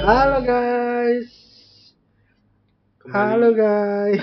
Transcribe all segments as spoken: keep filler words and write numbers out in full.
Halo guys. Kembali. Halo guys.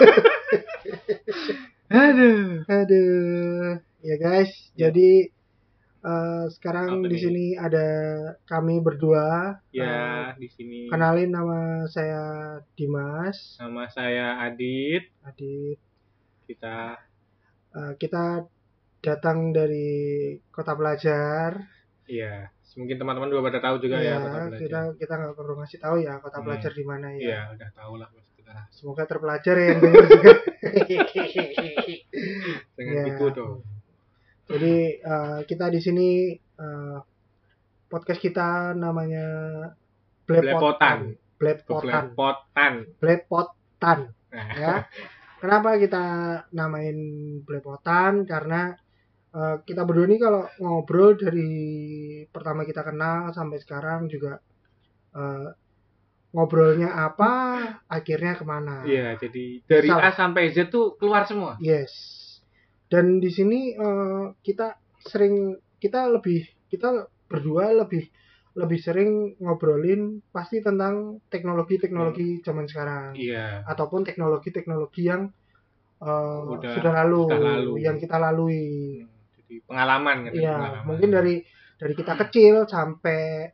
Aduh. Aduh. Ya guys, Ya. jadi uh, sekarang Apa di nih? sini ada kami berdua. Ya, Uh, di sini. kenalin, nama saya Dimas. Nama saya Adit. Adit. Kita Uh, kita datang dari Kota Pelajar. Iya, mungkin teman-teman juga pada tahu juga ya, ya Kota Pelajar. Kita kita nggak perlu ngasih tahu ya Kota Hmm. Pelajar di mana ya. Iya, udah tahu lah kita. Semoga terpelajar ya yang dengar juga. Dengan Ya. itu dong. Jadi uh, kita di sini uh, podcast kita namanya Blepotan. Blepotan. Blepotan. Blepotan. Nah. Ya. Kenapa kita namain Blepotan? Karena uh, kita berdua ini kalau ngobrol dari pertama kita kenal sampai sekarang juga uh, ngobrolnya apa, akhirnya kemana. Iya, jadi dari Salah. A sampai Z tuh keluar semua. Yes. Dan di sini uh, kita sering kita lebih kita berdua lebih lebih sering ngobrolin pasti tentang teknologi-teknologi zaman sekarang. Iya. Ataupun teknologi-teknologi yang uh, Udah, sudah, lalu, sudah lalu, yang kita lalui. Hmm, jadi pengalaman kan? Iya, pengalaman. mungkin dari dari kita kecil sampai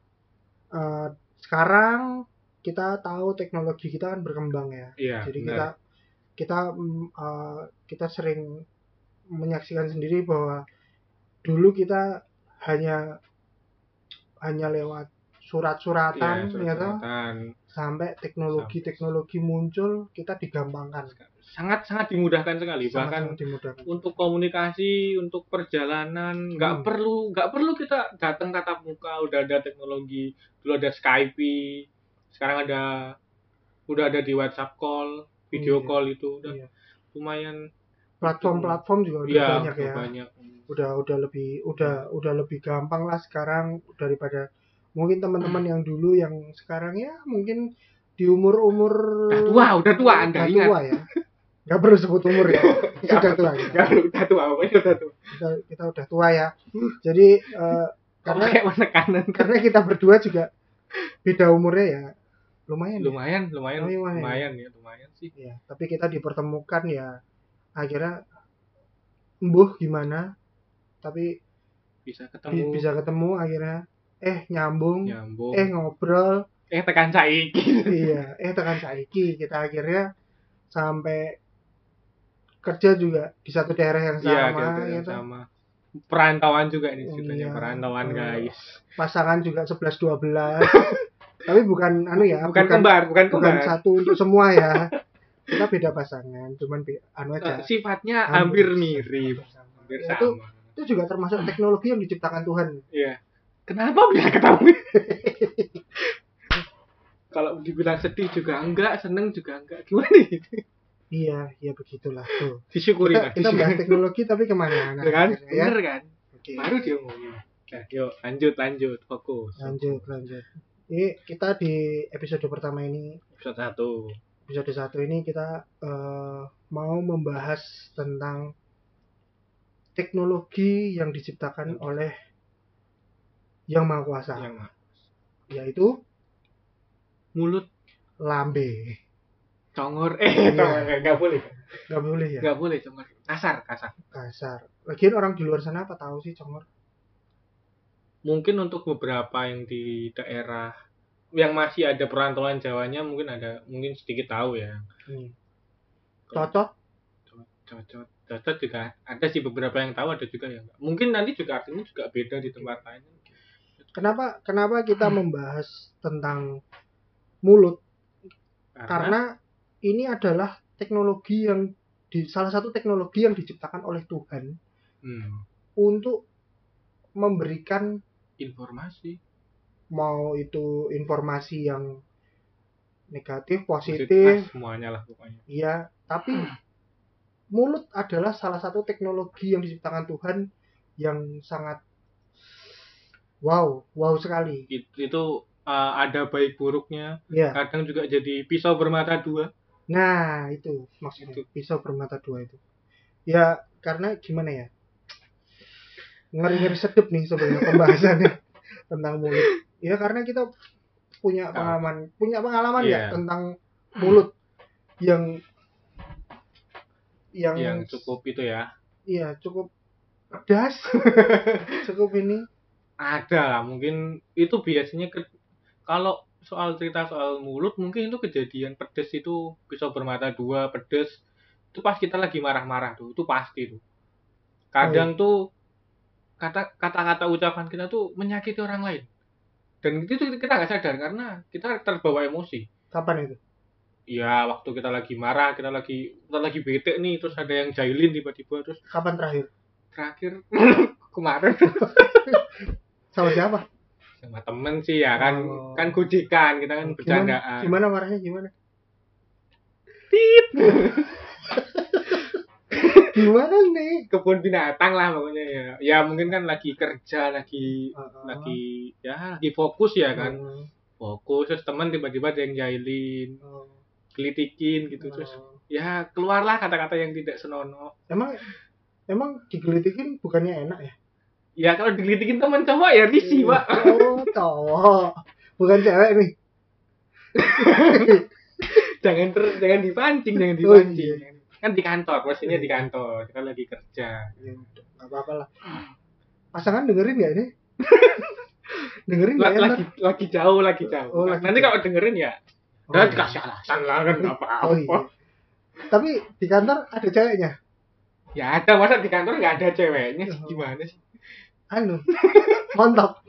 uh, sekarang kita tahu teknologi kita kan berkembang ya. Iya, jadi benar. kita kita uh, kita sering menyaksikan sendiri bahwa dulu kita hanya hanya lewat surat-suratan, ya, ya, sampai teknologi-teknologi muncul, kita digampangkan. Sangat-sangat dimudahkan sekali. Sangat, bahkan sangat dimudahkan. Untuk komunikasi, untuk perjalanan, nggak hmm. perlu nggak perlu kita datang tatap muka. Udah ada teknologi, dulu ada Skype, sekarang ada udah ada di WhatsApp call, video iya. call itu udah iya. lumayan. Platform-platform juga udah ya, banyak ya. Banyak. udah udah lebih udah udah lebih gampang lah sekarang daripada mungkin teman-teman yang dulu yang sekarang ya mungkin di umur-umur udah tua udah tua Anda udah ingat tua ya, nggak perlu sebut umur ya. Sudah tua kita. udah tua pokoknya udah tua kita, kita udah tua ya. Jadi uh, karena karena kita berdua juga beda umurnya ya, lumayan lumayan ya? lumayan lumayan lumayan, lumayan ya lumayan sih ya. Tapi kita dipertemukan ya, akhirnya embuh gimana tapi bisa ketemu bisa ketemu akhirnya eh nyambung, nyambung. eh ngobrol eh tekan saiki iya eh tekan saiki kita akhirnya sampai kerja juga di satu daerah yang sama, iya, daerah yang gitu. sama. Perantauan juga ini ceritanya, iya, perantauan guys. Pasangan juga sebelas dua belas tapi bukan anu ya, bukan, bukan kembar, bukan bukan kembar. satu untuk semua ya. Kita beda pasangan, cuman anu aja. Sifatnya hampir, hampir mirip. Hampir ya, itu, itu juga termasuk teknologi yang diciptakan Tuhan. Iya. Kenapa bisa ketemu? Kalau dibilang sedih juga enggak, seneng juga enggak. Gimana nih? Iya, ya begitulah tuh. Disyukuri kita, lah. Kita bahas teknologi tapi kemana-mana. Kan? Ya? Bener kan? Okay. Baru dia ngomong. Nah, yuk lanjut, lanjut, fokus. Lanjut, lanjut. Ini kita di episode pertama ini. Episode satu. Episode satu ini kita uh, mau membahas tentang teknologi yang diciptakan okay. oleh Yang Maha Kuasa. Yang Maha. Yaitu mulut, lambe, congor. Eh, ya. Nggak boleh. Nggak boleh ya. Nggak boleh congor. Kasar, kasar. Kasar. Lagian orang di luar sana apa tahu sih congor? Mungkin untuk beberapa yang di daerah yang masih ada perantauan Jawanya mungkin ada, mungkin sedikit tahu ya. Hmm. Cocot? Cocot. Cocot juga ada sih, beberapa yang tahu, ada juga yang enggak. Mungkin nanti juga artinya juga beda di tempat lain. Kenapa kenapa kita membahas tentang mulut? Karena, Karena ini adalah teknologi yang di salah satu teknologi yang diciptakan oleh Tuhan hmm. untuk memberikan informasi, mau itu informasi yang negatif, positif, positif semuanya lah pokoknya. Iya, tapi mulut adalah salah satu teknologi yang diciptakan Tuhan yang sangat wow, wow sekali. Itu, itu uh, ada baik buruknya. Ya. Kadang juga jadi pisau bermata dua. Nah, itu maksudnya itu. Pisau bermata dua itu. Ya, karena gimana ya? Ngeri-ngeri sedep nih sebenarnya pembahasannya tentang mulut. Ya karena kita punya pengalaman, punya pengalaman nggak yeah. tentang mulut yang yang yang cukup itu ya? Iya, cukup pedas. Cukup ini. Ada lah, mungkin itu biasanya ke, kalau soal cerita soal mulut mungkin itu kejadian pedes itu pisau bermata dua pedes itu pas kita lagi marah-marah tuh, itu pasti tuh. Kadang oh, iya. tuh kata kata-kata ucapan kita tuh menyakiti orang lain. Dan itu kita nggak sadar karena kita terbawa emosi. Kapan itu? Ya waktu kita lagi marah, kita lagi kita lagi bete nih, terus ada yang jahilin tiba-tiba terus. Kapan terakhir? Terakhir kemarin. Sama siapa? Sama temen sih ya kan, oh. kan gojekan, kita kan bercandaan. Gimana, gimana marahnya gimana? Tit. Gimana nih? Kebun binatang lah pokoknya ya. Ya mungkin kan lagi kerja, lagi uh-uh. lagi ya lagi fokus ya kan. Uh. Fokus terus teman tiba-tiba ada yang jahilin. Uh. Gelitikin gitu uh. terus ya keluarlah kata-kata yang tidak senonoh. Emang emang digelitikin bukannya enak ya? Ya kalau digelitikin teman cowok ya risih, Pak. Oh, cowok. Bukan cewek nih. jangan ter, jangan dipancing, jangan dipancing. Oh, iya. Kan di kantor, pastinya di kantor. Kita lagi kerja. Ya, enggak apa-apa lah. Pasangan dengerin enggak ini? Dengerin enggak ya? Lagi lagi jauh, lagi jauh. Oh, nah, nanti jauh. Kalau dengerin ya oh, udah dikasih alasan lah kan enggak apa-apa. Oh, iya. Tapi di kantor ada ceweknya? Ya ada, masa di kantor enggak ada ceweknya sih? Gimana sih? Anu, mantap.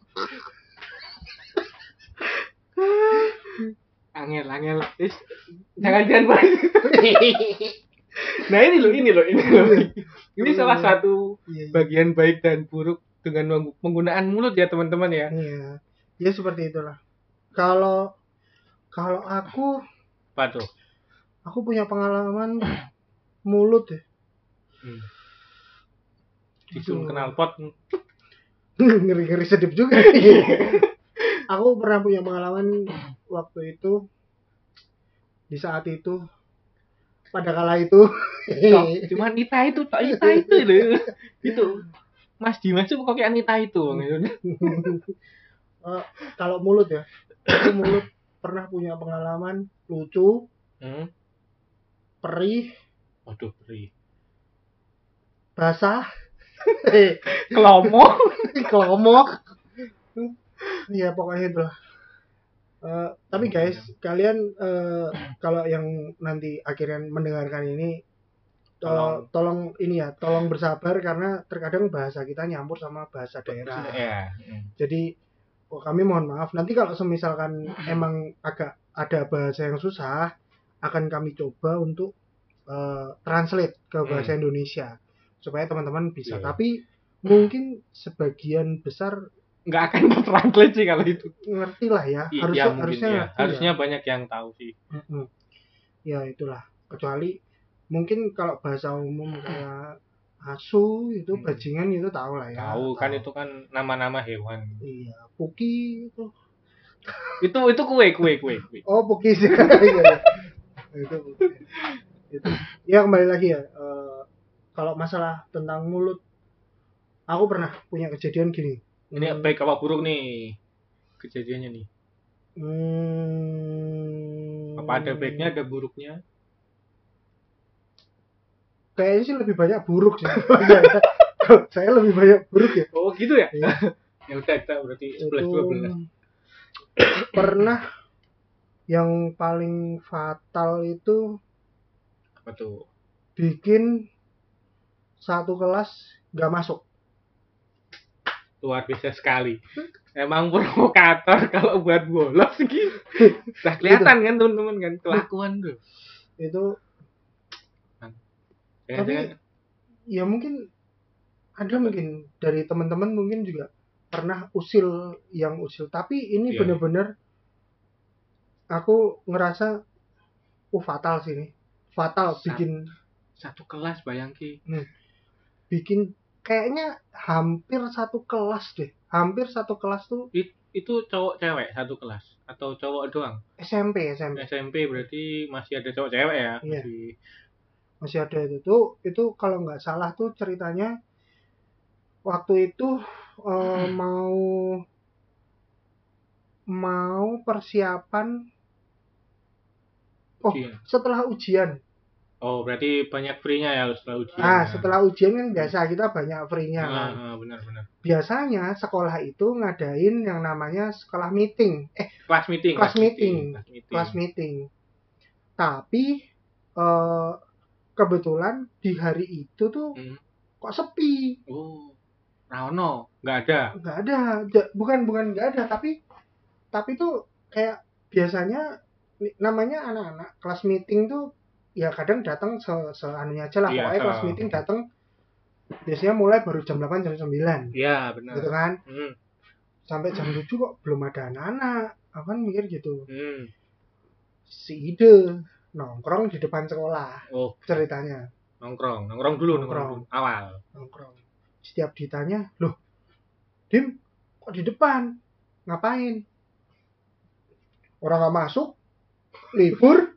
Angel, angel. Is, jangan jangan banget. Nah ini loh, ini loh, ini loh. Ini salah satu bagian baik dan buruk dengan penggunaan mulut ya teman-teman ya. Iya, ya seperti itulah. Kalau kalau aku, apa tuh? Aku punya pengalaman mulut ya. Hmm. Disuruh kenal pot. Ngeri-ngeri sedip juga. Aku pernah punya pengalaman waktu itu, di saat itu, pada kala itu. Cuma Nita itu, tak Nita itu loh. Itu Mas Dimas itu pokoknya Nita itu. uh, kalau mulut ya, aku mulut pernah punya pengalaman lucu, hmm? perih, waduh perih, basah, kelomok, kelomok. Iya pokoknya itu lah. Uh, tapi guys, kalian uh, kalau yang nanti akhirnya mendengarkan ini, tolong. Uh, tolong ini ya, tolong bersabar karena terkadang bahasa kita nyampur sama bahasa daerah. Yeah. Jadi, oh, kami mohon maaf. Nanti kalau semisalkan emang agak ada bahasa yang susah, akan kami coba untuk uh, translate ke bahasa hmm. Indonesia supaya teman-teman bisa. Yeah. Tapi mungkin sebagian besar nggak akan translate sih kalau itu. Ngerti lah ya. I, harusnya ya, harusnya ya. ngerti harusnya ya. Banyak yang tahu sih. Mm-hmm. Ya itulah. Kecuali mungkin kalau bahasa umum kayak asu itu hmm. bajingan itu tahu lah ya. Tahu kan tahu. Itu kan nama-nama hewan. Iya, puki itu. itu itu kue kue kue kue. Oh, puki sih. Iya, itu. Itu. Ya kembali lagi ya. Uh, kalau masalah tentang mulut, aku pernah punya kejadian gini. Ini hmm. baik apa buruk nih kejadiannya nih? Hmm. Apa ada baiknya, ada buruknya? Kayaknya sih lebih banyak buruk sih. Saya lebih banyak buruk ya. Oh gitu ya? Ya, ya udah kita berarti sebelas dua belas. Pernah yang paling fatal itu apa tuh? Bikin satu kelas nggak masuk. Luar biasa sekali. Emang provokator kalau buat bolos gitu. Udah kelihatan kan teman-teman kan kelakuan tuh. Itu jangan, tapi jangan. Ya mungkin ada mungkin dari teman-teman mungkin juga pernah usil yang usil. Tapi ini yeah. benar-benar aku ngerasa uh fatal sih ini. Fatal satu, bikin satu kelas bayangki. Hmm, bikin kayaknya hampir satu kelas deh. Hampir satu kelas tuh. It, itu cowok cewek satu kelas atau cowok doang? S M P, S M P. S M P berarti masih ada cowok cewek ya? Iya. Masih, masih ada itu tuh. Itu kalau nggak salah tuh ceritanya waktu itu uh, mau mau persiapan oh Ujian. setelah ujian. Oh, berarti banyak free-nya ya setelah ujian. Ah, ya. setelah ujian kan biasa kita banyak free-nya Ah, kan. ah, benar-benar. Biasanya sekolah itu ngadain yang namanya sekolah meeting. Eh, Kelas meeting, kelas meeting. kelas meeting. Kelas meeting. Tapi eh, kebetulan di hari itu tuh Hmm. kok sepi. Oh, Rano, nggak ada. Nggak ada. Ja- Bukan bukan nggak ada, tapi tapi tuh kayak biasanya namanya anak-anak kelas meeting tuh ya kadang datang se seanunya aja lah. Iya, Pokoknya so. kelas meeting datang biasanya mulai baru jam delapan jam sembilan. Iya, benar. Gitu kan? Hmm. Sampai jam tujuh kok belum ada anak-anak. Aku kan mikir gitu. Hmm. Si ide nongkrong di depan sekolah. Oh, Ceritanya nongkrong, nongkrong dulu, nongkrong, Nongkrong. dulu. Awal. nongkrong. Setiap ditanya, "Loh, Dim, kok di depan? Ngapain?" Orang nggak masuk, libur.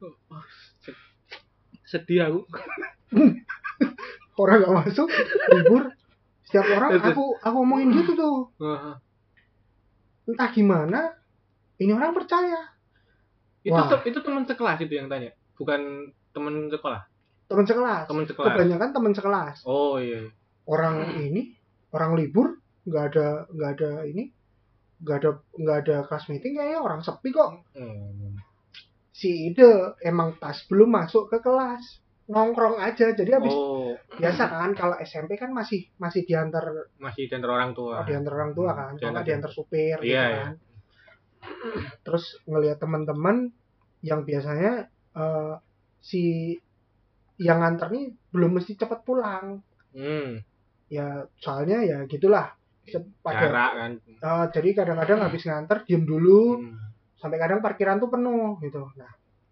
Sedih aku. Orang nggak masuk, libur. Setiap orang aku aku omongin gitu tuh. Wah. Entah gimana, ini orang percaya. Itu Wah. te- itu teman sekelas itu yang tanya, bukan teman sekolah. Teman sekelas. Teman sekelas. Kebanyakan teman sekelas. Oh iya. Orang ini, orang libur, nggak ada nggak ada ini, nggak ada nggak ada kelas meeting kayaknya orang sepi kok. Hmm. Si Ide emang pas belum masuk ke kelas nongkrong aja, jadi habis Oh, biasa kan kalau S M P kan masih masih diantar masih diantar orang tua. oh, diantar orang tua kan, kalau nggak diantar supir gitu Iya, kan. Terus ngelihat teman-teman yang biasanya eh, si yang nganter nih belum mesti cepat pulang. Hmm. Ya soalnya ya gitulah. Pada, Jarak kan. eh, jadi kadang-kadang habis nganter diem dulu. Hmm. Sampai kadang parkiran tuh penuh gitu. Nah,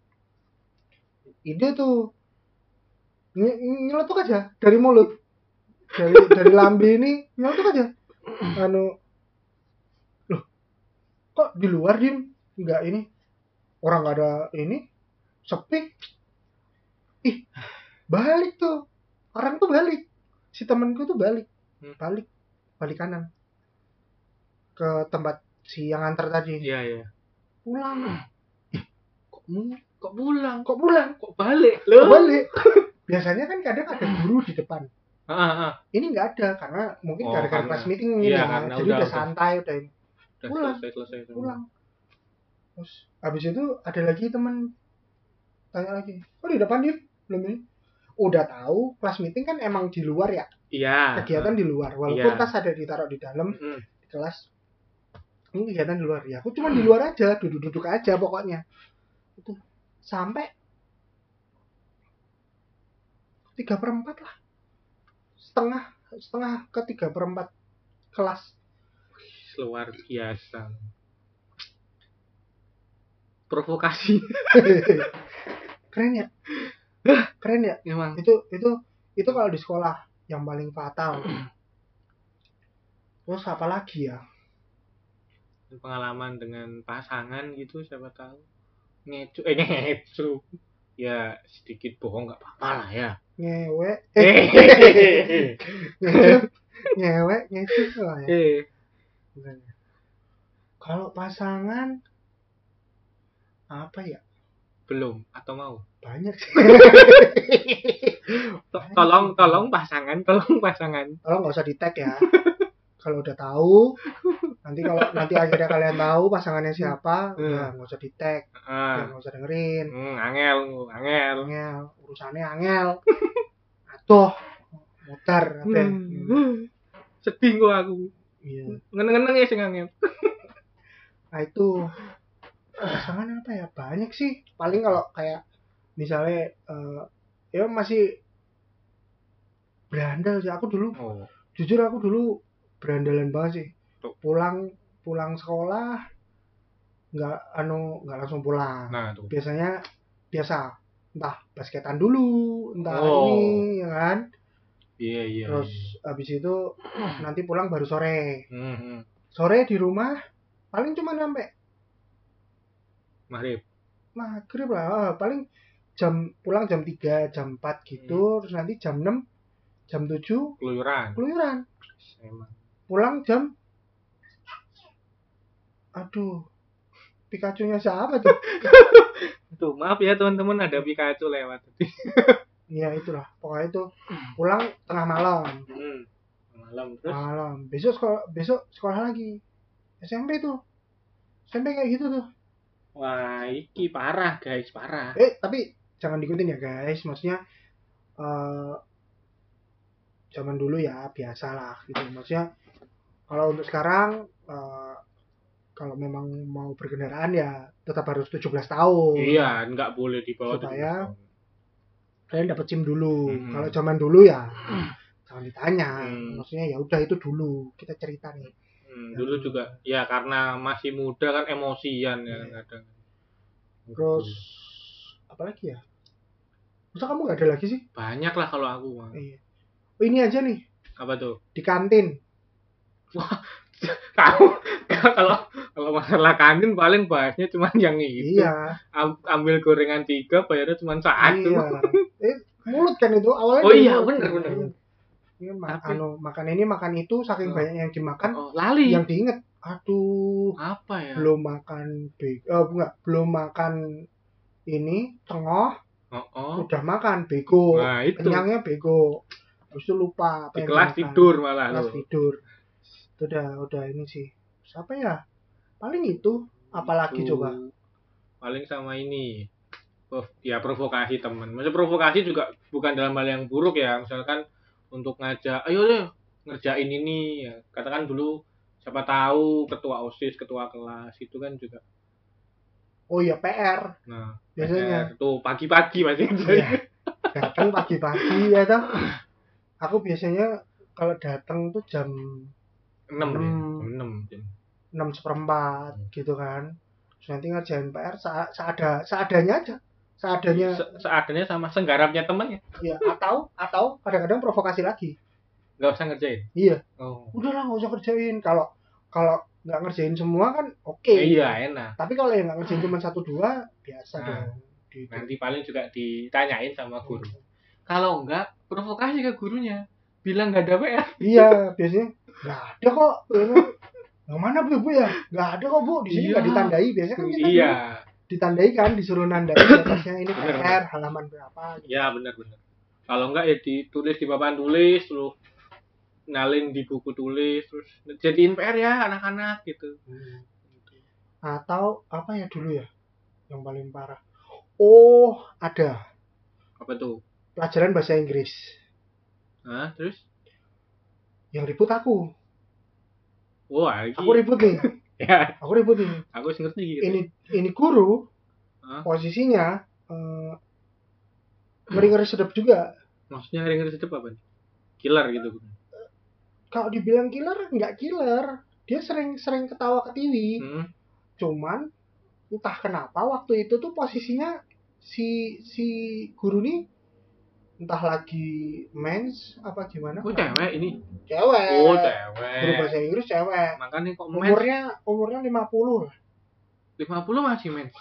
Ide tuh ny- nyeletuk aja dari mulut, dari dari lambe ini nyeletuk aja. Anu, loh, kok di luar Dim? Nggak ini, orang nggak ada ini, sepi. Ih, balik tuh, orang tuh balik. Si temanku tuh balik, balik, balik kanan ke tempat si yang antar tadi. Iya, iya. Pulang. Kok mu kok pulang? Kok pulang? Kok balik? Kok Loh. balik? Biasanya kan kadang ada guru di depan. Ah, ah. Ini nggak ada karena mungkin Oh, gara-gara karena- kelas meeting ini iya, ya. karena Jadi udah- udah udah. santai udah ini. Udah Pulang. selesai, selesai. Pulang. Terus habis itu ada lagi teman tanya lagi, "Oh, di depan dia belum ini?" Udah tahu kelas meeting kan emang di luar ya. Iya. Kegiatan di luar. Walaupun Iya. tas ada ditaruh di dalam Mm-mm. di kelas. Ini kegiatan di luar. Ya, aku cuma di luar aja, duduk-duduk aja pokoknya. Itu sampai tiga perempat lah. Setengah setengah ke tiga perempat kelas. Luar biasa. Provokasi. Keren ya? Keren ya? Emang. Itu itu itu kalau di sekolah yang paling fatal. Terus apa lagi ya? Pengalaman dengan pasangan gitu siapa tahu. Ngecu eh ngecu. Ya sedikit bohong nggak apa-apa lah ya. Ngewe, Eh. ngewe, ngewe, ngewe lah ya. Eh. Kalau pasangan apa ya? Belum atau mau? Banyak sih. Tolong tolong pasangan, tolong pasangan. Kalau nggak usah di tag ya. Kalau udah tahu, nanti kalau nanti akhirnya kalian tahu pasangannya siapa, Hmm. ya nggak usah di tag, ya Ah. nggak usah dengerin. Hmm, angel, angel. Angel, urusannya angel. Atuh, mutar apa? Hmm. Sedih gua aku. Iya. Ngeneng-ngeneng ya sing angel. Nah itu pasangan apa ya? Banyak sih. Paling kalau kayak misalnya eh, ya masih berandal sih aku dulu. Oh. Jujur aku dulu berandalan banget sih. Tuh. Pulang pulang sekolah nggak anu nggak langsung pulang. Nah, tuh. Biasanya biasa entah basketan dulu, entah Oh. ini ya kan. Iya, iya. Terus iya. habis itu nanti pulang baru sore. Hmm, hmm. Sore di rumah paling cuma sampai Maghrib. maghrib lah. Ah, paling jam pulang jam tiga, jam empat gitu. Terus nanti jam enam, jam tujuh Keluyuran. keluyuran. Emang. Pulang jam aduh Pikachu-nya siapa tuh? Tuh, maaf ya teman-teman, ada Pikachu lewat. Iya itulah, pokoknya itu pulang tengah malam. Hmm. Malam terus. Malam. Besok sekolah, besok sekolah lagi. S M P tuh. S M P kayak gitu tuh. Wah, iki parah guys, parah. Eh, tapi jangan diikutin ya guys. Maksudnya uh, zaman dulu ya biasalah gitu. Maksudnya kalau untuk sekarang uh, kalau memang mau berkendaraan ya tetap harus tujuh belas tahun. Iya, nggak boleh di bawah supaya kalian dapat SIM dulu. Hmm. Kalau zaman dulu ya jangan ditanya. Hmm. Maksudnya ya udah itu dulu kita cerita nih. Hmm, dulu juga ya karena masih muda kan emosian ya Iya. kadang. Terus apa lagi ya? Masa kamu nggak ada lagi sih? Banyak lah kalau aku mah. Iya. Oh, ini aja nih Apa tuh? di kantin. Kamu kalau kalau masalah kantin paling bahasnya cuma yang itu. Iya. Am- ambil gorengan tiga, bayarnya cuma satu. Iya. Eh, mulut kan itu awalnya. Oh iya, mulut. bener bener. Ini ma- Tapi- anu makan ini makan itu saking Oh. banyak yang dimakan Oh, lali. yang diinget. Aduh, Apa ya? belum makan be oh enggak, belum makan ini tengah Oh, oh. udah makan bego. Nah, itu. Kenyangnya bego. Habis itu lupa apa Di yang kelas dimakan. tidur malah Kelas lo. tidur. Itu udah udah ini sih. Siapa ya? Paling itu apalagi Itu. coba? Paling sama ini. Oh, ya provokasi teman. Maksudnya provokasi juga bukan dalam hal yang buruk ya. Misalkan untuk ngajak, ayo deh ngerjain ini ya. Katakan dulu siapa tahu ketua OSIS, ketua kelas itu kan juga. Oh iya P R. Nah, Biasanya. P R tuh pagi-pagi masih. Iya. Datang pagi-pagi ya toh. Aku biasanya kalau datang tuh jam enam enam. enam enam seperempat gitu kan. Terus nanti ngerjain P R sa seada seadanya aja. Seadanya. Se seadanya sama senggarapnya temennya. Iya, atau atau kadang-kadang provokasi lagi. Nggak usah ngerjain. Iya. Oh. Udahlah nggak usah kerjain. Kalau kalau nggak ngerjain semua kan oke. Okay. Iya, enak. Tapi kalau yang nggak ngerjain cuma satu dua biasa Nah, dong. Gitu. Nanti paling juga ditanyain sama guru. Kalau enggak, provokasi ke gurunya. Bilang nggak ada P R. Iya, biasanya nggak ada kok. Yang mana bu bu ya? Nggak ada kok bu. Di sini nggak Iya. ditandai. Biasanya kan kita Iya. ditandai kan, disuruh nandai atasnya ini P R Bener, halaman berapa. Gitu. Ya benar-benar. Kalau enggak ya ditulis di papan tulis, lu nalin di buku tulis, terus jadiin P R ya anak-anak gitu. Hmm. Atau apa ya dulu ya? Yang paling parah. Oh, ada. Apa tuh? Pelajaran bahasa Inggris. Hah, terus? Yang ribut aku. Wah, lagi. Aku ribut nih. Ya, Aku ribut nih. aku sih ngerti gitu. Ini ini guru. Hah? Posisinya eh, ngeri-ngeri sedap juga. Maksudnya ngeri-ngeri sedep apa nih? Killer gitu. Kalau dibilang killer, nggak killer. Dia sering-sering ketawa ketiwi. Hmm. Cuman entah kenapa waktu itu tuh posisinya si si guru nih entah lagi mens apa gimana. Oh, cewek ini. Cewek. Oh, Guru cewek. bahasa Inggris cewek. Makanya kok men Umurnya umurnya lima puluh lah. lima puluh masih men.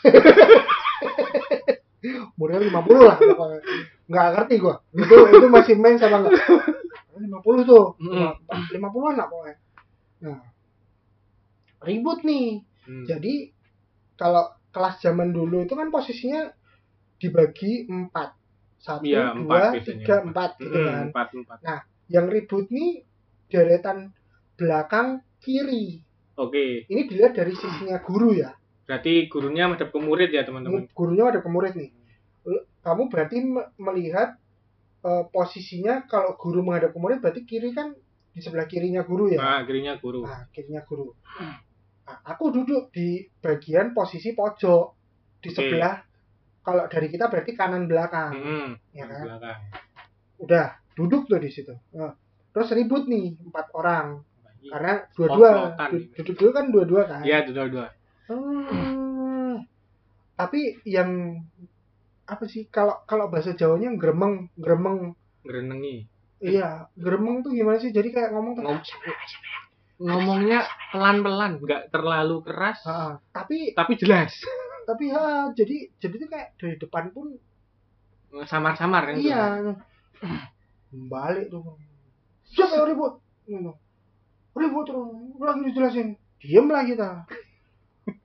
Umurnya lima puluh lah pokoknya. Nggak ngerti gua. Itu itu masih mens apa enggak? lima puluh tuh. Mm. lima puluhan lah pokoknya. Nah. Ribut nih. Hmm. Jadi kalau kelas zaman dulu itu kan posisinya dibagi empat. Satu, Iya, dua, empat biasanya. tiga, empat gitu Hmm, kan. empat, empat. Nah, yang ribut nih deretan belakang kiri. Oke. Ini dilihat dari sisinya guru ya. Berarti gurunya madep ke murid ya, teman-teman. Gurunya ada ke murid nih. Kamu berarti me- melihat uh, posisinya kalau guru menghadap ke murid berarti kiri kan di sebelah kirinya guru ya. Nah, kirinya guru. Nah, kirinya guru. Nah, aku duduk di bagian posisi pojok di Oke. sebelah. Kalau dari kita berarti kanan belakang, Hmm. ya kan? Belakang. Udah duduk tuh di situ. Nah, terus ribut nih empat orang Iya. karena dua-dua Komplotan. du- duduk dulu kan dua-dua kan. Iya, dua-dua. Hmm, tapi yang apa sih kalau kalau bahasa Jawanya gremeng gremeng Ngerenengi. iya gremeng tuh gimana sih jadi kayak ngomong tuh Ngom- Ngomongnya pelan-pelan, nggak terlalu keras, Ah, tapi tapi jelas. tapi ha jadi jadi tuh kayak dari depan pun Samar-samar kan. iya balik tuh siapa yang ribut Gitu. Ribut terus lagi dijelasin diem lah kita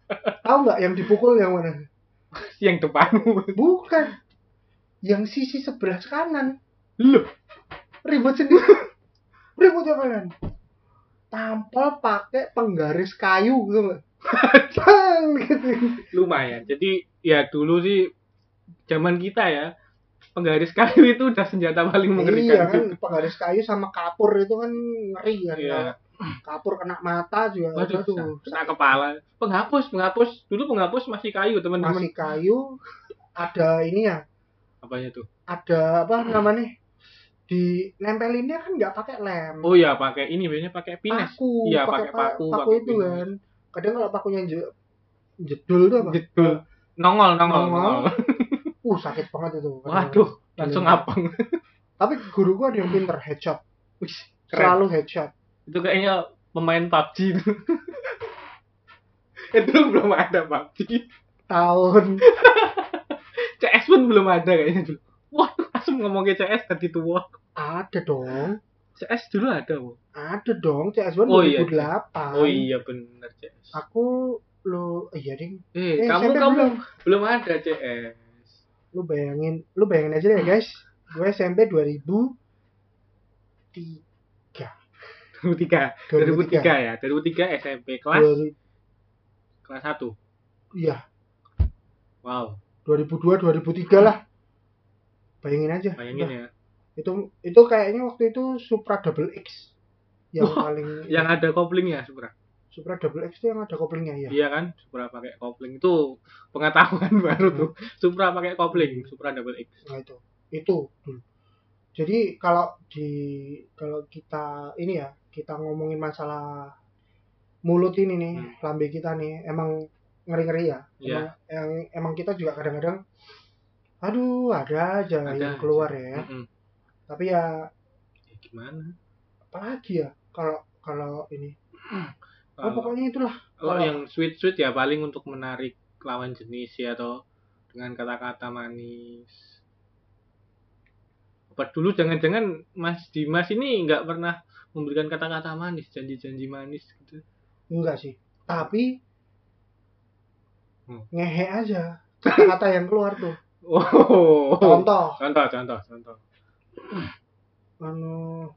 Tahu nggak yang dipukul yang mana? Yang depanmu. Bukan. Yang sisi sebelah kanan. Loh, Ribut sendiri. Ribut ya kanan. Tampol pakai penggaris kayu gitu nggak? Bang, gitu. lumayan. Jadi ya dulu sih zaman kita ya, penggaris kayu itu udah senjata paling Iya mengerikan. kan, penggaris kayu sama kapur itu kan ngeri kan. Iya. Kalau kapur kena mata juga. Waduh, Aduh, kena kepala. Penghapus, penghapus. Dulu penghapus masih kayu, teman-teman. masih kayu. Ada ini ya. Apanya tuh? Ada apa namanya? Di nempelinnya kan nggak pakai lem. Oh iya, pakai ini biasanya pakai pines. Paku. Iya, pakai pakai paku, paku pakai itu pines. kan. Kadang kalau pakunya je- jedul tuh apa? Jedul. Nongol, nongol, Nongol. nongol. Uh, sakit banget itu. Waduh, langsung abang. Tapi guruku ada yang pinter headshot. Wih, keren. Selalu headshot. Itu kayaknya pemain P U B G itu. Itu belum ada P U B G. Tahun C S pun belum ada kayaknya dulu. Wah, langsung ngomong ke C S tadi tua. ada dong. C S dulu ada, Bu. Ada dong, C S satu Oh, iya, dua ribu delapan. Oh iya benar C S. Aku lu iya ding. Eh, Eh, kamu S M P kamu belum. belum ada C S. Lu bayangin, lu bayangin aja deh guys. Gue S M P dua ribu tiga. dua ribu tiga. dua ribu tiga ya. dua ribu tiga S M P kelas dua ribu, kelas satu. iya, Wow, dua ribu dua dua ribu tiga lah. Bayangin aja. bayangin Udah. ya. Itu itu kayaknya waktu itu Supra Double X yang Wah, paling Yang ada koplingnya, Supra. Supra Double X itu yang ada koplingnya ya. Iya kan, Supra pakai kopling itu pengetahuan baru tuh. Supra pakai kopling, Supra double X. Nah itu, itu dulu. Jadi kalau di kalau kita ini ya kita ngomongin masalah mulut ini nih, Hmm. lambe kita nih emang ngeri-ngeri ya. Iya. Emang, yang emang kita juga kadang-kadang, aduh ada aja Ada yang aja. keluar ya. Mm-mm. Tapi ya Ya gimana? apalagi ya kalau kalau ini. Oh, Kalau pokoknya itulah. kalau kalau- yang sweet-sweet ya paling untuk menarik lawan jenis ya, atau dengan kata-kata manis. Apa dulu jangan-jangan Mas Dimas ini nggak pernah memberikan kata-kata manis, janji-janji manis gitu. Enggak sih. Tapi Hmm. ngehe aja kata-kata yang keluar tuh. Oh. Contoh, Contoh, contoh, contoh. anu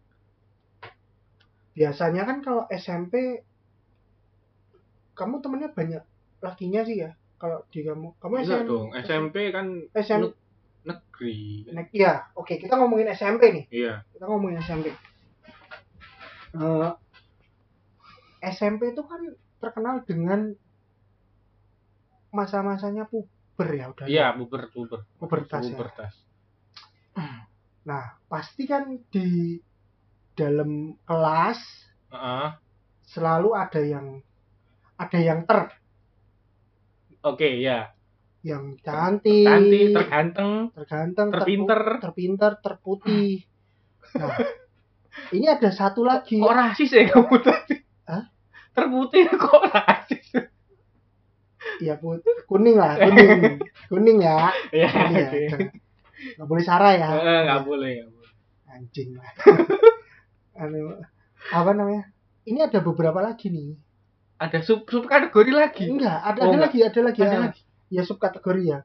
biasanya kan kalau S M P kamu temennya banyak lakinya sih ya. Kalau di kamu, kamu S M P Enggak dong, S M P kan S M P ne- negeri. Nek- ya, oke kita ngomongin S M P nih. Iya. Kita ngomongin S M P. Eh, S M P itu kan terkenal dengan masa-masanya puber ya udah. Iya, buber, buber. Pubertas ya. Pubertas. Nah, pasti kan di dalam kelas Heeh. selalu ada yang ada yang ter Oke, ya. yang cantik, Cantik, terganteng, terganteng, terpinter. terpu- terpinter, terputih. Nah, ini ada satu lagi. Kok rasis ya kamu tadi? Hah? Terputih kok rasis? Iya, put kuning lah, kuning, kuning ya. Iya, Ini ya, oke. jangan- nggak boleh sarah ya. Eh, nggak boleh, nggak boleh. Anjing lah. Anu, apa namanya? Ini ada beberapa lagi nih. Ada sub sub kategori lagi. Enggak, ada, Oh, ada enggak. lagi, ada lagi. Ada ya. lagi. Ya subkategori ya.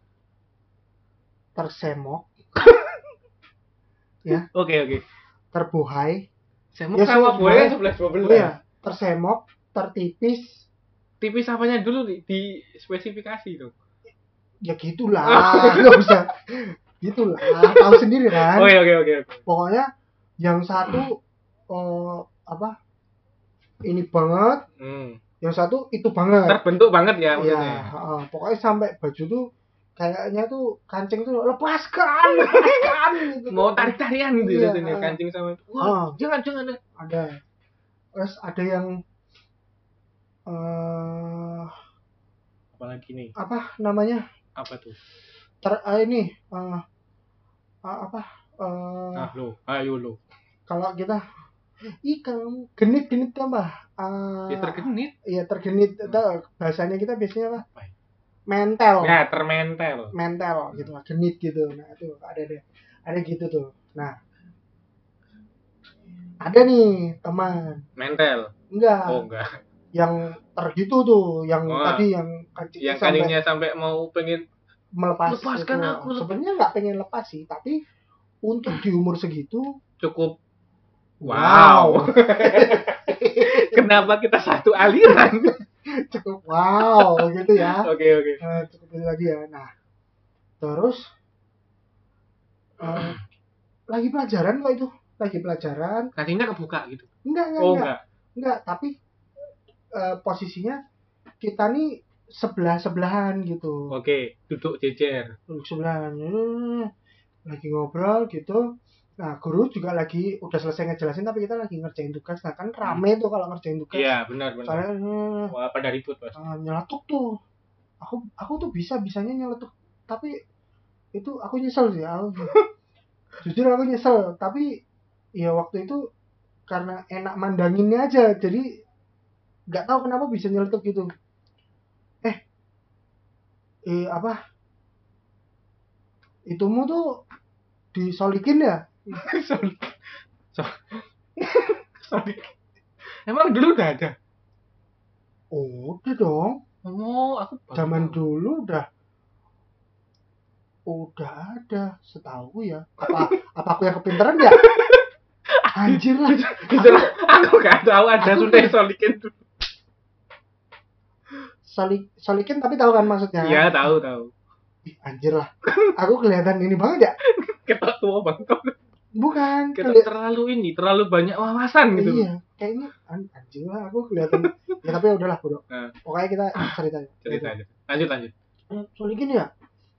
Tersemok, Oke, oke. terbuhai. Saya mau Ya, sama so- boleh kan sebelas dua Oh belas. ya, tersemok, tertipis. Tipis apanya dulu di, di spesifikasi dong. Ya gitulah, nggak usah. Gitulah, tahu sendiri kan. Oke, oke, oke, oke. Pokoknya yang satu eh, apa? Ini banget, Hmm. yang satu itu banget. Terbentuk banget ya Iya, maksudnya. heeh. Pokoknya sampai baju tuh kayaknya tuh kancing tuh lepaskan, lepaskan gitu. Mau tarik-tarian gitu Iya. ya rasanya kancing sama. Wah, Ah, jangan, jangan. ada. Terus ada yang eh Apalagi nih? apa namanya? Apa tuh? Ter ah, ini eh ah, apa? Eh Ah, lo. Ayo lo. kalau kita ih kamu genit-genit apa? Ah, Ya tergenit. Iya tergenit. Tahu bahasanya kita biasanya apa? Apa ya? Mental. Ya, termentel. Mental gitu lah, genit gitu. Nah, itu ada deh. Ada gitu tuh. Nah, ada nih teman. Mentel. Enggak. Oh, enggak. yang tergitu tuh, yang oh, tadi yang kancing yang sampai kancingnya sampai mau pengen melepas lepaskan itu. aku. Sebenarnya nggak pengen lepas sih, tapi untuk di umur segitu cukup wow. wow. Kenapa kita satu aliran? Cukup wow gitu ya. Oke oke. Uh, cukup itu lagi ya. Nah, terus uh, lagi pelajaran kok itu, lagi pelajaran. Kancingnya kebuka gitu? Enggak enggak oh, enggak. enggak. Enggak, tapi uh, posisinya kita nih sebelah sebelahan gitu. Oke, duduk jejer. Duduk sebelahan. Lagi ngobrol gitu. Nah, guru juga lagi udah selesai ngejelasin tapi kita lagi ngerjain tugas. Nah, kan rame tuh kalau ngerjain tugas. Iya, benar benar. Soalnya wah, pada ribut, Mas. Uh, nyeletuk tuh. Aku aku tuh bisa bisanya nyeletuk. Tapi itu aku nyesel sih. Aku, jujur aku nyesel, tapi ya waktu itu karena enak mandanginnya aja. Jadi nggak tahu kenapa bisa nyeletuk gitu. Eh eh apa? Itumu tuh disolikin ya? Solik. Solik. Emang dulu udah ada? Oh, udah dong. Oh, aku zaman dulu udah udah ada, setahu ya. Apa apa aku yang kepinteran ya? Anjir lah. Aku, aku gak tahu ada sudah solikin dulu. Solik solikin tapi tahu kan maksudnya? Iya, tahu tahu. Ih, anjir lah. Aku kelihatan ini banget ya? Kita tua banget. Bukan. Kita keli- terlalu ini, terlalu banyak wawasan gitu. Iya, kayaknya an- anjing lah aku kelihatan. Ya tapi udahlah, bodoh. Nah. Pokoknya kita cerita aja. Cerita aja. Lanjut lanjut. Eh, solikin ya.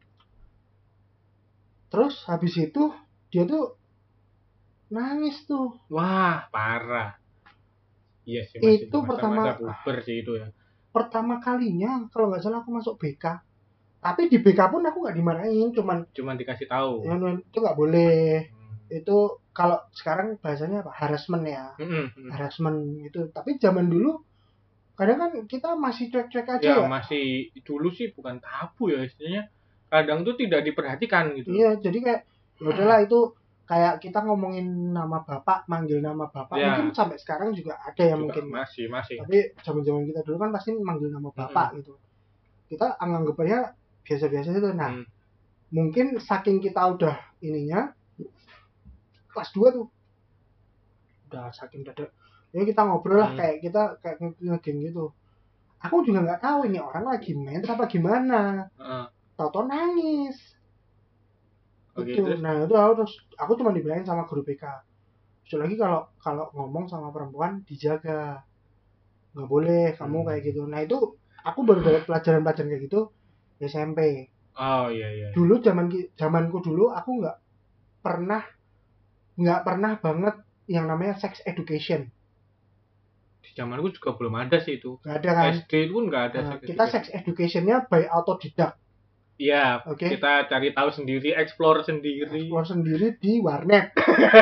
Terus habis itu dia tuh nangis tuh. Wah, parah. Iya sih, masih itu pertama puber sih itu ya. Pertama kalinya kalau nggak salah aku masuk B K. Tapi di B K pun aku nggak dimarahin, cuman cuman dikasih tahu. Ya, itu nggak boleh. Hmm. Itu kalau sekarang bahasanya apa? Harassment ya. Mm-hmm. Harassment itu. Tapi zaman dulu kadang kan kita masih cuek-cuek aja ya. Ya, masih dulu sih bukan tabu ya istilahnya. Kadang tuh tidak diperhatikan gitu. Iya, jadi kayak ya udahlah itu kayak kita ngomongin nama bapak, manggil nama bapak. Ya. Mungkin sampai sekarang juga ada yang juga mungkin masih masih. Tapi zaman-zaman kita dulu kan pasti manggil nama bapak mm-hmm. gitu. Kita anggapnya biasa-biasa itu. Nah, hmm. mungkin saking kita udah ininya kelas dua tuh. Udah saking dadak. Ya kita ngobrol lah hmm. kayak kita kayak ngegeng gitu. Aku juga enggak tahu ini orang lagi main apa gimana. Heeh. Uh. Tahu-tahu nangis. Oh, itu. Gitu. Nah, itu aku terus aku cuma dibilangin sama guru B K. Terus lagi kalau kalau ngomong sama perempuan dijaga. Enggak boleh kamu hmm. kayak gitu. Nah, itu aku baru dapat pelajaran-pelajaran kayak gitu S M P. Oh iya iya. Dulu zaman zamanku dulu aku nggak pernah nggak pernah banget yang namanya sex education. Di zamanku juga belum ada sih itu. Nggak ada kan? S D pun nggak ada. Nah, sex kita sex educationnya by autodidak. Iya. Oke. Okay? Kita cari tahu sendiri, explore sendiri. Explore sendiri di warnet.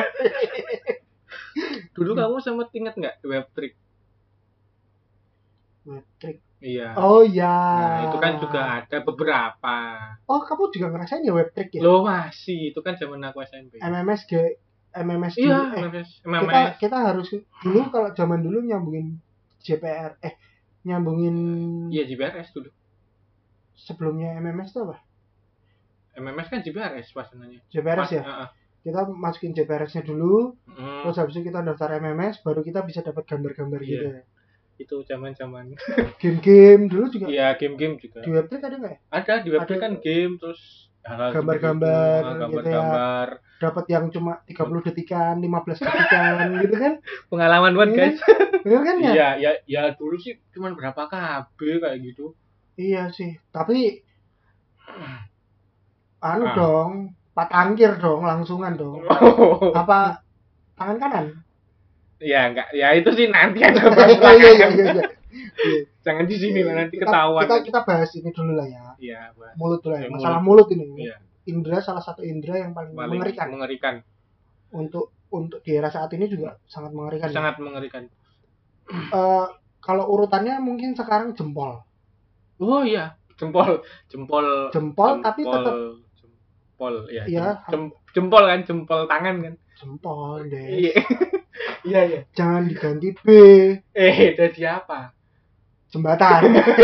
Dulu kamu sempat ingat nggak Webtrick? Webtrick. Iya. Oh iya. Nah, itu kan juga ada beberapa. Oh, kamu juga ngerasain ya Webtrick ya? Loh, masih. Itu kan zaman aku S M P. M M S G M M S iya, dulu. M M S. Eh, kita kita harus dulu kalau zaman dulu nyambungin J P R eh nyambungin Iya, J P R S dulu. Sebelumnya M M S itu apa? M M S kan J P R S pasangannya. J P R S Mas, ya? Uh-uh. Kita masukin J P R S-nya dulu. Mm. Terus habis itu kita daftar M M S baru kita bisa dapat gambar-gambar yeah. gitu ya. Itu zaman-zaman game-game dulu juga. Iya, game-game juga. Di Webtrick ada nggak ya? Ada, di Webtrick kan game terus gambar-gambar gitu, gambar-gambar. Gitu ya. Dapat yang cuma tiga puluh detikan, lima belas detikan gitu kan. Pengalaman banget, guys. Bener kan ya? Iya, ya ya dulu sih cuma berapa K B kayak gitu. Iya sih, tapi anu ah. dong, patangkir dong, langsungan dong. Oh. Apa tangan kanan? Ya enggak, ya itu sih nanti aja bahas. Iya iya iya. Jangan di sini lah nanti kita, ketahuan. Kita kita bahas ini dulu lah ya. Iya, bahas. Mulut dulu ya. Masalah mulut, mulut ini. Iya. Indra salah satu indra yang paling, paling mengerikan. Mengerikan. Untuk untuk di era saat ini juga sangat mengerikan. Sangat ya. mengerikan. Uh, kalau urutannya mungkin sekarang jempol. Oh iya, jempol, jempol. Jempol, jempol tapi tetap jempol ya. Iya. Jem, jempol kan, jempol tangan kan. Jempol deh. Iya. Iya, iya. Jangan diganti B. Eh, dari apa? jembatan.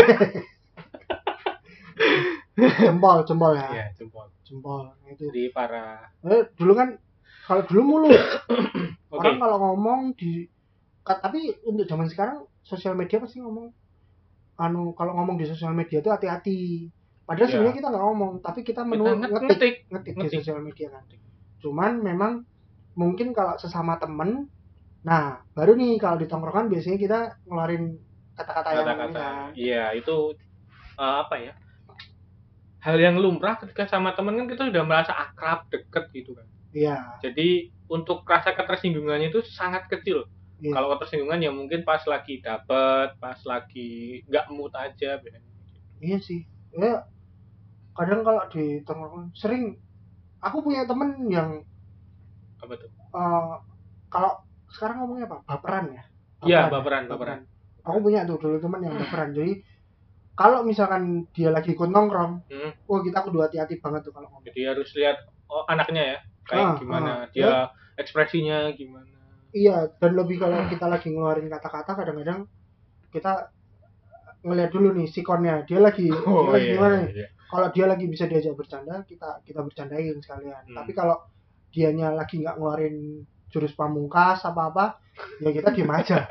jempol, jempol ya. Iya, jempol. Jempol itu. Jadi para Eh, dulu kan kalau dulu mulut. Oke. Orang kalau ngomong di ka- tapi untuk zaman sekarang sosial media pasti ngomong anu kalau ngomong di sosial media itu hati-hati. Padahal Ya. sebenarnya kita nggak ngomong, tapi kita menu Kita nget- ngetik, ngetik. ngetik di Ngetik. sosial media kan. Cuman memang mungkin kalau sesama temen, nah baru nih kalau di tongkrongan biasanya kita ngeluarin kata-kata yang ini Kata-kata. kan. Iya, itu eh, apa ya? Hal yang lumrah ketika sama temen kan kita sudah merasa akrab, deket gitu kan. Iya. Jadi untuk rasa ketersinggungannya itu sangat kecil. Iya. Kalau ketersinggungan ya mungkin pas lagi dapet, pas lagi nggak mood aja. Iya sih. Ya kadang kalau di tongkrongan sering aku punya temen yang Apa tuh? eh, kalau sekarang ngomongnya apa? Baperan ya. Iya, ya? baperan, baperan. Aku punya tuh dulu teman yang baperan. Jadi kalau misalkan dia lagi ikut nongkrong, Hmm. wah kita kudu hati-hati banget tuh kalau ngomong. Jadi harus lihat oh, anaknya ya, kayak Ah, gimana ah, dia ya. ekspresinya gimana. Iya, dan lebih kalau kita lagi ngeluarin kata-kata kadang-kadang kita ngeliat dulu nih sikonnya. Dia lagi Oh, dia lagi iya, gimana iya, nih? iya. Kalau dia lagi bisa diajak bercanda, kita kita bercandain sekalian. Hmm. Tapi kalau dianya lagi nggak ngeluarin jurus pamungkas apa-apa, ya kita diem aja.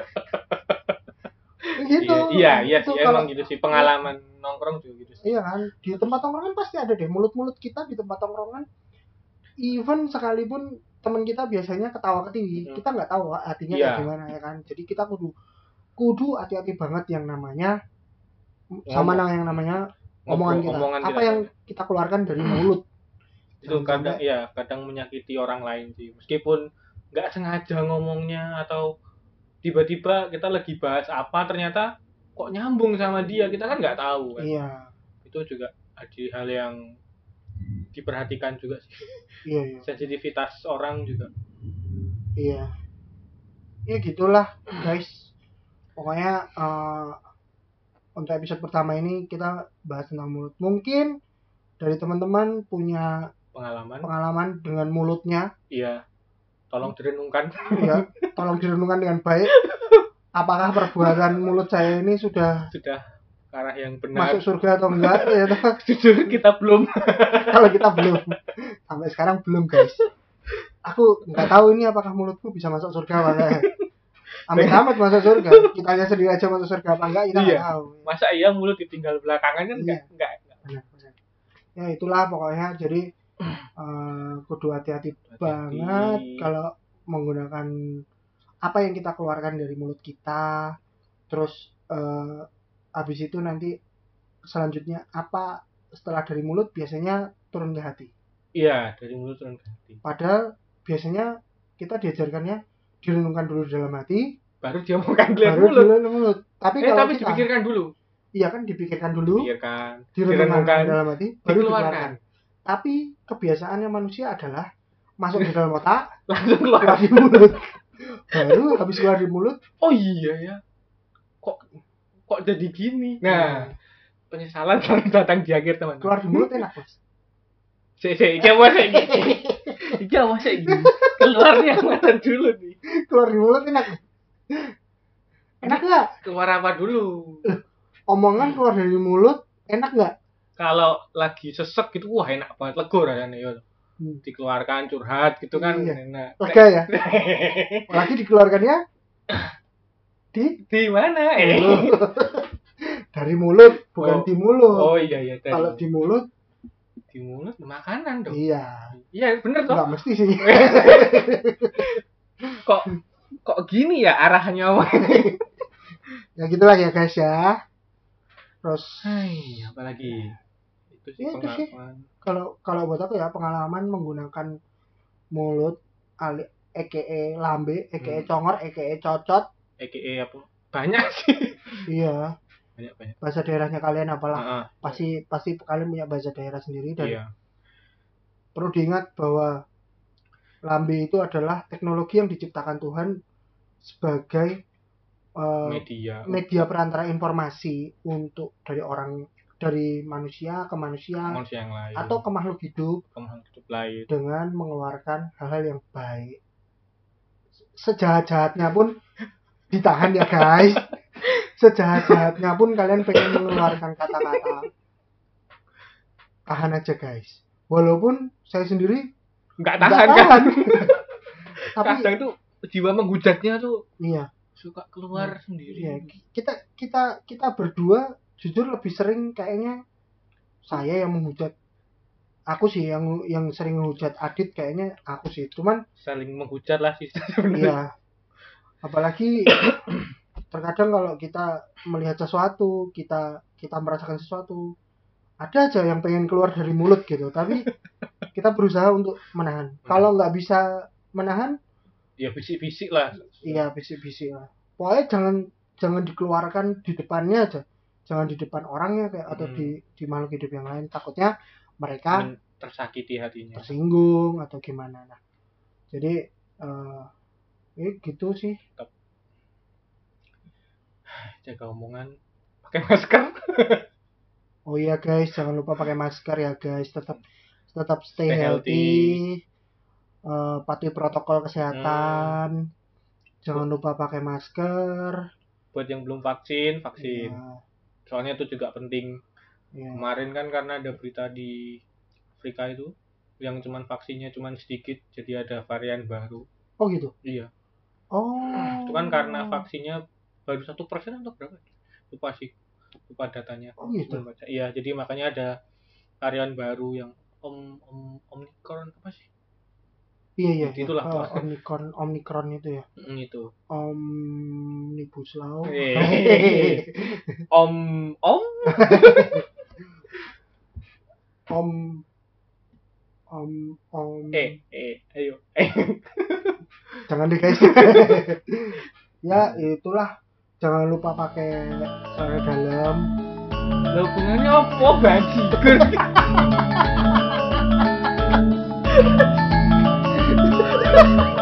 gitu. Iya, iya, iya Itu sih kalau- emang gitu sih pengalaman nongkrong juga gitu sih. Iya kan, di tempat tongkrongan pasti ada deh mulut-mulut kita di tempat tongkrongan. Even sekalipun teman kita biasanya ketawa ketiwi, Hmm. kita nggak tahu hatinya Iya. kayak gimana ya kan. Jadi kita kudu kudu hati-hati banget yang namanya sama Ngomong. yang namanya Ngobrol, omongan kita. omongan Apa kita. yang kita keluarkan dari mulut. Itu Jangan kadang sampai- ya kadang menyakiti orang lain sih, meskipun nggak sengaja ngomongnya atau tiba-tiba kita lagi bahas apa ternyata kok nyambung sama dia, kita kan nggak tahu kan. Iya, Itu juga ada hal yang diperhatikan juga sih. iya, iya, Sensitivitas orang juga. iya. Ya gitulah guys. Pokoknya eh, untuk episode pertama ini kita bahas tentang mulut. Mungkin dari teman-teman punya Pengalaman. pengalaman dengan mulutnya, Iya. Tolong direnungkan. ya tolong direnungkan dengan baik. Apakah perbuatan mulut saya ini sudah Sudah ke arah yang benar. masuk surga atau enggak? Ya, toh. Jujur kita belum. Kalau kita belum, sampai sekarang belum guys. Aku nggak tahu ini apakah mulutku bisa masuk surga apa enggak. Amit amat masuk surga. Kita hanya sendiri aja masuk surga apa enggak kita nggak Iya. tahu. Masa iya mulut ditinggal belakangan kan enggak, Iya. enggak. Benar, benar. Ya itulah pokoknya. Jadi eh, kudu hati-hati banget kalau menggunakan apa yang kita keluarkan dari mulut kita. Terus eh, habis itu nanti selanjutnya apa setelah dari mulut biasanya turun ke hati. Iya, dari mulut turun ke hati. Padahal biasanya kita diajarkannya direnungkan dulu di dalam hati, Baru dia mau kan lihat baru mulut. di dalam mulut. Tapi Eh, kalau tapi kita, dipikirkan dulu. iya kan dipikirkan dulu, Dipikirkan, direnungkan direnungkan, di dalam hati, baru dikeluarkan. dikeluarkan. Tapi kebiasaannya manusia adalah masuk di dalam otak, Langsung keluar. keluar di mulut. Baru habis keluar di mulut, Oh iya ya. Kok kok jadi gini? Nah, penyesalan selalu datang di akhir, teman. keluar di mulut enak mas. Sik sik, iki mau sik iki. Iki mau sik iki. Keluarnya mana dulu nih? Keluar di mulut enak. Enak nggak? Keluar apa dulu? Omongan keluar dari mulut enak nggak? Kalau lagi sesek gitu, wah enak banget, lega rasanya ya. Hmm. Dikeluarkan curhat gitu kan Iya. enak. Lega ya. Lagi dikeluarkannya di Di mana? Eh. mulut. Dari mulut, bukan Oh. di mulut. Oh iya iya dari Kalau di mulut, di mulut makanan dong. iya. Iya bener toh. Nggak mesti sih. Kok kok gini ya arahnya? Ya gitulah ya guys ya. Terus Hai, apalagi itu sih Ya, itu sih. pengalaman. kalau kalau buat aku ya pengalaman menggunakan mulut ali eke lambe, eke Hmm. congor, eke cocot. E K E apa? Banyak sih. Iya, Banyak banyak. bahasa daerahnya kalian apalah. Heeh. Pasti pasti kalian punya bahasa daerah sendiri dan Iya. perlu diingat bahwa lambe itu adalah teknologi yang diciptakan Tuhan sebagai eh, Media. media perantara informasi untuk dari orang dari manusia ke manusia Manusia yang lain. atau ke makhluk hidup makhluk hidup lain. dengan mengeluarkan hal-hal yang baik. Sejahat-jahatnya pun ditahan ya guys. sejahat-jahatnya pun kalian pengen mengeluarkan kata-kata, tahan aja guys. Walaupun saya sendiri nggak nggak tahan kan. tahan. Tapi Kadang itu jiwa menghujatnya tuh iya, suka keluar sendiri. iya, kita kita kita berdua jujur lebih sering kayaknya saya yang menghujat. Aku sih yang yang sering menghujat Adit kayaknya aku sih. Cuman Saling menghujat lah sih iya. sebenarnya. Apalagi terkadang kalau kita melihat sesuatu, kita kita merasakan sesuatu, ada aja yang pengen keluar dari mulut gitu, tapi kita berusaha untuk menahan. Kalau nggak bisa menahan, Ya bisik-bisik lah. iya bisik-bisik lah. Pokoknya jangan jangan dikeluarkan di depannya aja, jangan di depan orangnya kayak atau Hmm. di di makhluk hidup yang lain. Takutnya mereka Men- tersakiti hatinya. tersinggung atau gimana. Nah, jadi eh ya gitu sih. Jaga omongan, pakai masker. Oh iya guys, jangan lupa pakai masker ya guys. Tetap tetap stay, Stay healthy. healthy. Eh, patuhi protokol kesehatan. Jangan lupa pakai masker. Buat yang belum vaksin, vaksin. Ya, Soalnya itu juga penting. ya. Kemarin kan karena ada berita di Afrika itu yang cuman vaksinnya cuman sedikit, jadi ada varian baru. Oh gitu. Iya. Oh. Itu kan karena vaksinnya baru satu persen atau berapa? Lupa sih, lupa datanya. Oh gitu. Belum baca. Iya, jadi makanya ada varian baru yang om om omikron apa sih? Iya iya. Itulah. iya. Oh, omikron omikron itu ya. Mm, itu. Omnibus law. Eh. Om om Om om om. eh eh ayo. Eh. Jangan deh guys. Ya itulah. Jangan lupa pakai celana dalam. Lah hubungannya apa bajigur?